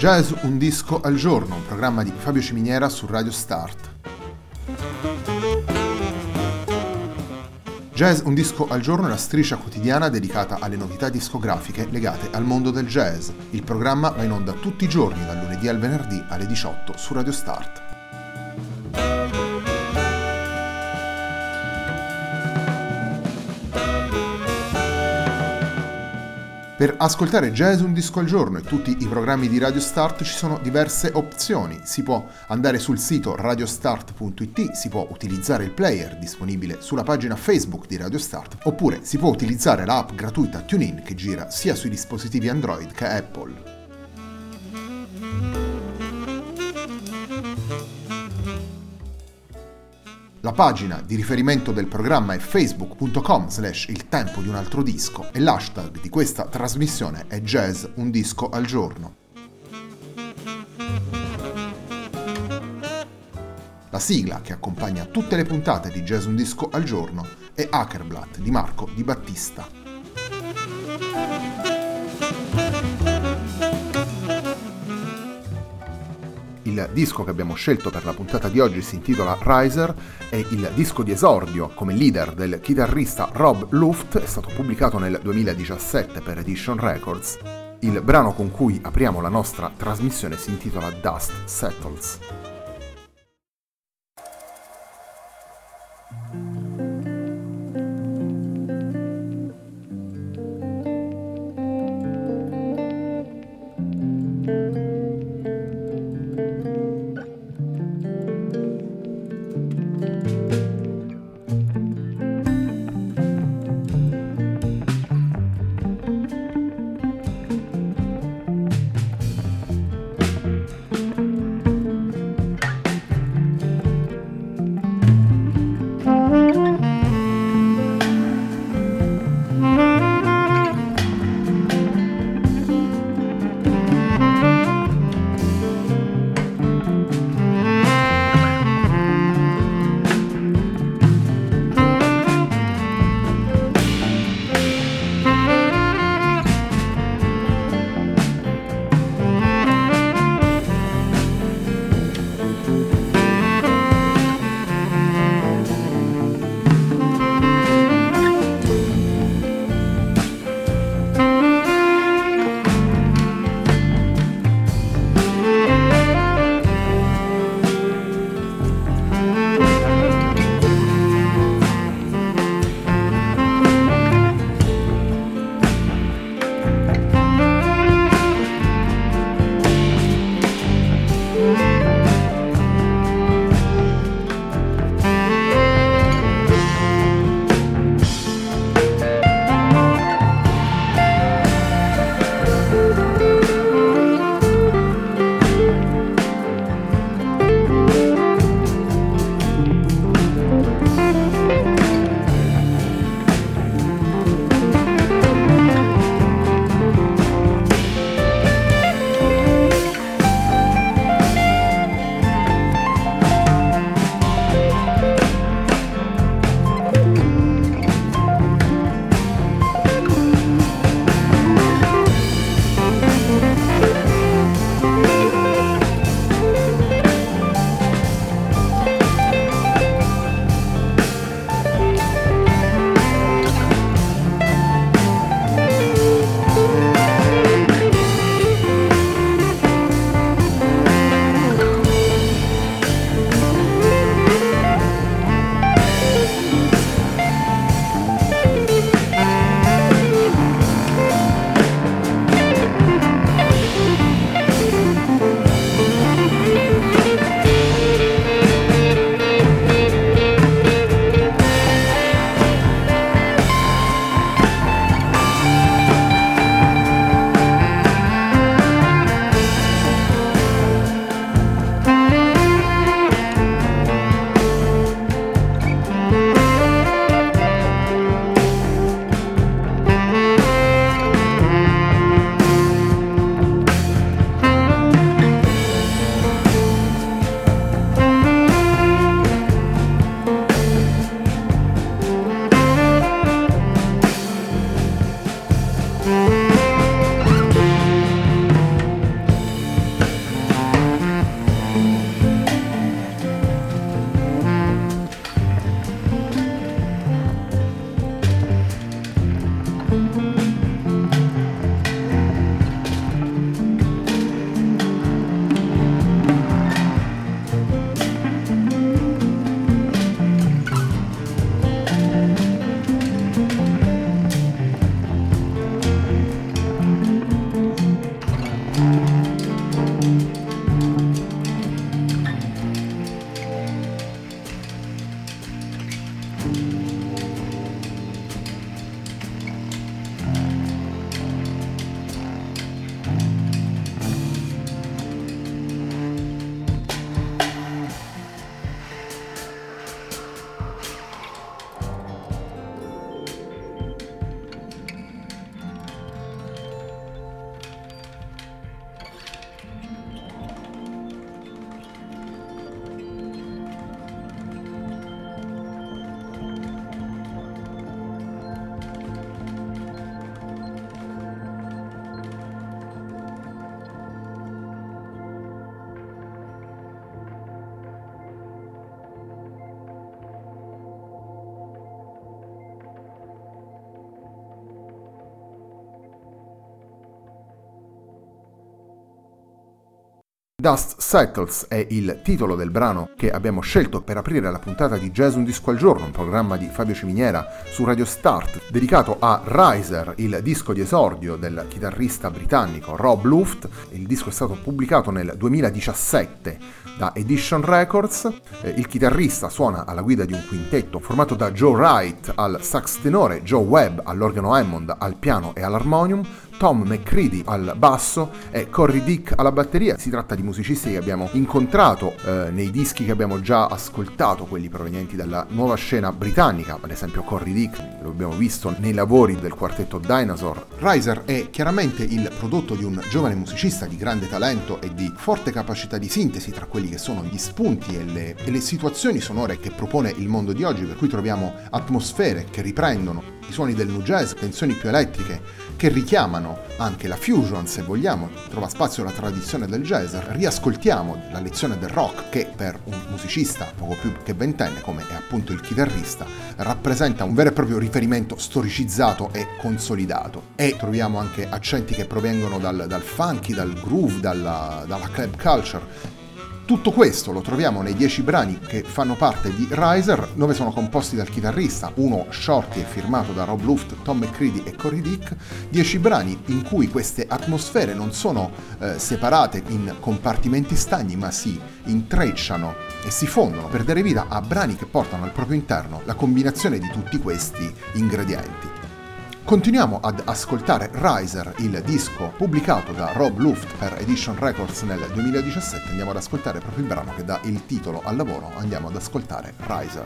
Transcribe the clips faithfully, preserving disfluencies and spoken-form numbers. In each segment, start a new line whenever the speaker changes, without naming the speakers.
Jazz un disco al giorno, un programma di Fabio Ciminiera su Radio Start. Jazz un disco al giorno è la striscia quotidiana dedicata alle novità discografiche legate al mondo del jazz. Il programma va in onda tutti i giorni, dal lunedì al venerdì alle diciotto su Radio Start. Per ascoltare Jazz un disco al giorno e tutti i programmi di Radio Start ci sono diverse opzioni. Si può andare sul sito radiostart punto it, si può utilizzare il player disponibile sulla pagina Facebook di Radio Start, oppure si può utilizzare l'app gratuita TuneIn che gira sia sui dispositivi Android che Apple. La pagina di riferimento del programma è facebook punto com slash il tempo di un altro disco e l'hashtag di questa trasmissione è Jazz un disco al giorno. La sigla che accompagna tutte le puntate di Jazz un disco al giorno è Ackerblatt di Marco Di Battista. Il disco che abbiamo scelto per la puntata di oggi si intitola Riser, è il disco di esordio come leader del chitarrista Rob Luft, è stato pubblicato nel duemiladiciassette per Edition Records. Il brano con cui apriamo la nostra trasmissione si intitola Dust Settles. Dust Settles è il titolo del brano che abbiamo scelto per aprire la puntata di Jazz Un Disco al Giorno, un programma di Fabio Ciminiera su Radio Start, dedicato a Riser, il disco di esordio del chitarrista britannico Rob Luft. Il disco è stato pubblicato nel duemiladiciassette da Edition Records. Il chitarrista suona alla guida di un quintetto formato da Joe Wright al sax tenore, Joe Webb all'organo Hammond, al piano e all'armonium, Tom McCready al basso e Corey Dick alla batteria. Si tratta di musicisti che abbiamo incontrato eh, nei dischi che abbiamo già ascoltato, quelli provenienti dalla nuova scena britannica, ad esempio Corey Dick lo abbiamo visto nei lavori del quartetto Dinosaur. Riser è chiaramente il prodotto di un giovane musicista di grande talento e di forte capacità di sintesi tra quelli che sono gli spunti e le, e le situazioni sonore che propone il mondo di oggi, per cui troviamo atmosfere che riprendono i suoni del nu jazz, tensioni più elettriche che richiamano anche la fusion, se vogliamo, trova spazio la tradizione del jazz. Riascoltiamo la lezione del rock che per un musicista poco più che ventenne, come è appunto il chitarrista, rappresenta un vero e proprio riferimento storicizzato e consolidato. E troviamo anche accenti che provengono dal, dal funky, dal groove, dalla, dalla club culture. Tutto questo lo troviamo nei dieci brani che fanno parte di Riser, dove sono composti dal chitarrista, uno shorty e firmato da Rob Luft, Tom McCready e Corey Dick, dieci brani in cui queste atmosfere non sono eh, separate in compartimenti stagni, ma si intrecciano e si fondono per dare vita a brani che portano al proprio interno la combinazione di tutti questi ingredienti. Continuiamo ad ascoltare Riser, il disco pubblicato da Rob Luft per Edition Records nel duemiladiciassette. Andiamo ad ascoltare proprio il brano che dà il titolo al lavoro. Andiamo ad ascoltare Riser.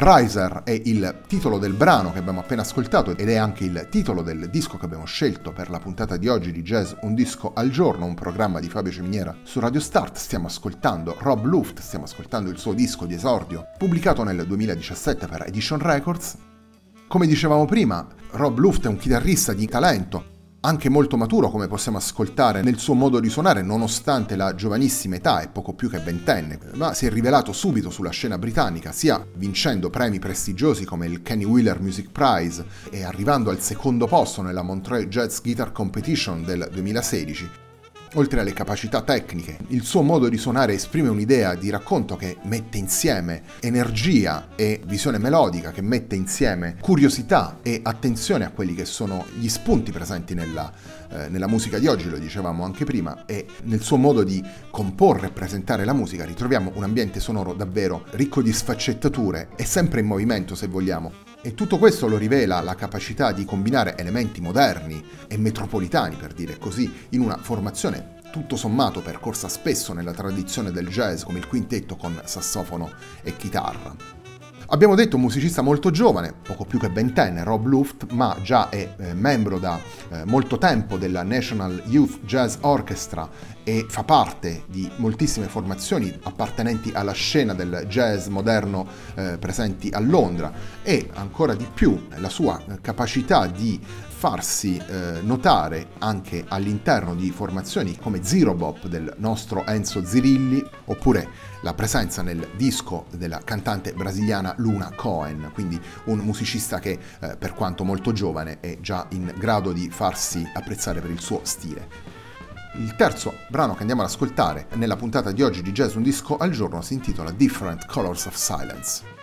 Riser è il titolo del brano che abbiamo appena ascoltato ed è anche il titolo del disco che abbiamo scelto per la puntata di oggi di Jazz Un Disco al Giorno, un programma di Fabio Ciminiera su Radio Start. Stiamo ascoltando Rob Luft, stiamo ascoltando il suo disco di esordio pubblicato nel duemiladiciassette per Edition Records. Come dicevamo prima, Rob Luft è un chitarrista di talento, anche molto maturo come possiamo ascoltare nel suo modo di suonare nonostante la giovanissima età, è poco più che ventenne, ma si è rivelato subito sulla scena britannica, sia vincendo premi prestigiosi come il Kenny Wheeler Music Prize e arrivando al secondo posto nella Montreux Jazz Guitar Competition del duemilasedici. Oltre alle capacità tecniche, il suo modo di suonare esprime un'idea di racconto che mette insieme energia e visione melodica, che mette insieme curiosità e attenzione a quelli che sono gli spunti presenti nella, eh, nella musica di oggi, lo dicevamo anche prima, e nel suo modo di comporre e presentare la musica ritroviamo un ambiente sonoro davvero ricco di sfaccettature e sempre in movimento, se vogliamo. E tutto questo lo rivela la capacità di combinare elementi moderni e metropolitani, per dire così, in una formazione tutto sommato percorsa spesso nella tradizione del jazz, come il quintetto con sassofono e chitarra. Abbiamo detto un musicista molto giovane, poco più che ventenne, Rob Luft, ma già è eh, membro da eh, molto tempo della National Youth Jazz Orchestra e fa parte di moltissime formazioni appartenenti alla scena del jazz moderno eh, presenti a Londra, e ancora di più la sua capacità di farsi eh, notare anche all'interno di formazioni come Zero Bop del nostro Enzo Zirilli, oppure la presenza nel disco della cantante brasiliana Luna Cohen, quindi un musicista che eh, per quanto molto giovane è già in grado di farsi apprezzare per il suo stile. Il terzo brano che andiamo ad ascoltare nella puntata di oggi di Jazz Un Disco al Giorno si intitola Different Colors of Silence.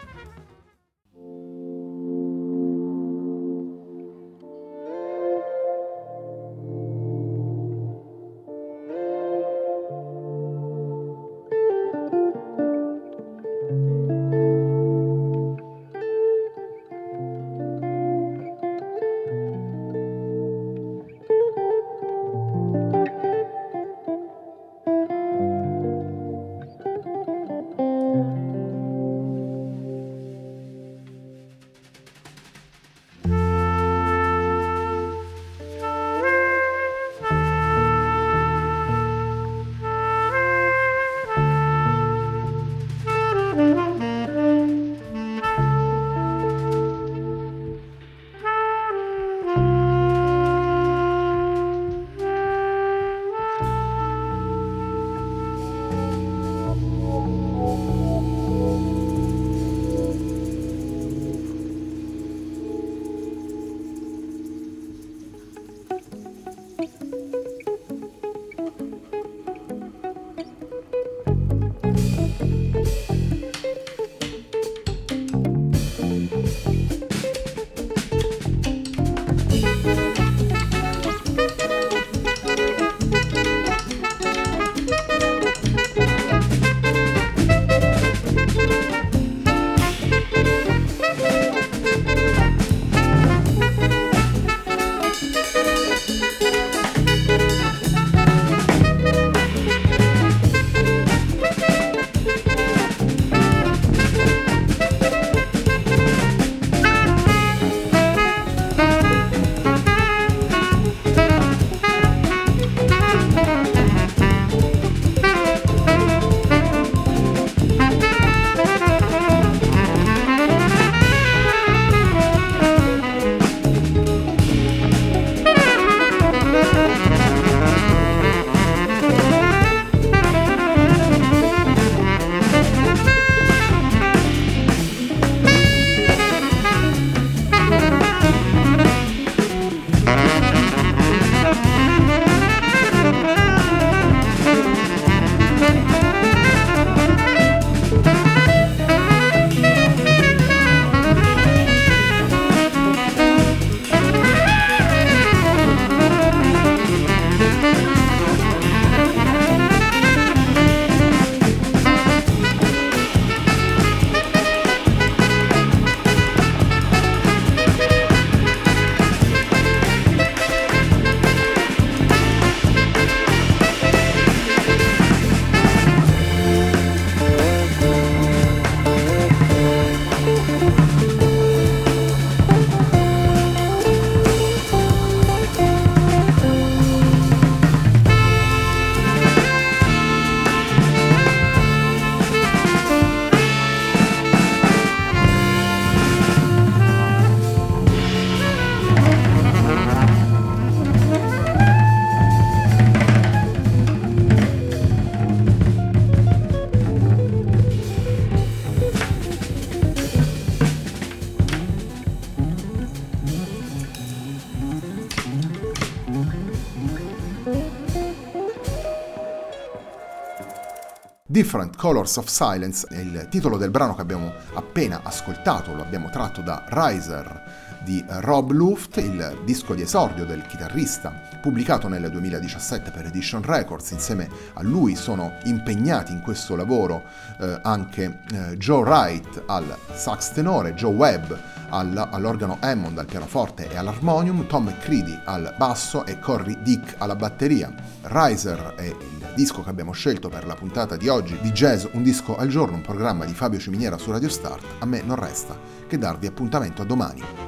Different Colors of Silence è il titolo del brano che abbiamo appena ascoltato, lo abbiamo tratto da Riser di Rob Luft, il disco di esordio del chitarrista, pubblicato nel duemiladiciassette per Edition Records. Insieme a lui sono impegnati in questo lavoro eh, anche eh, Joe Wright al sax tenore, Joe Webb all- all'organo Hammond, al pianoforte e all'armonium, Tom McCready al basso e Corey Dick alla batteria. Riser è il disco che abbiamo scelto per la puntata di oggi di Jazz Un Disco al Giorno, un programma di Fabio Ciminiera su Radio Start. A me non resta che darvi appuntamento a domani.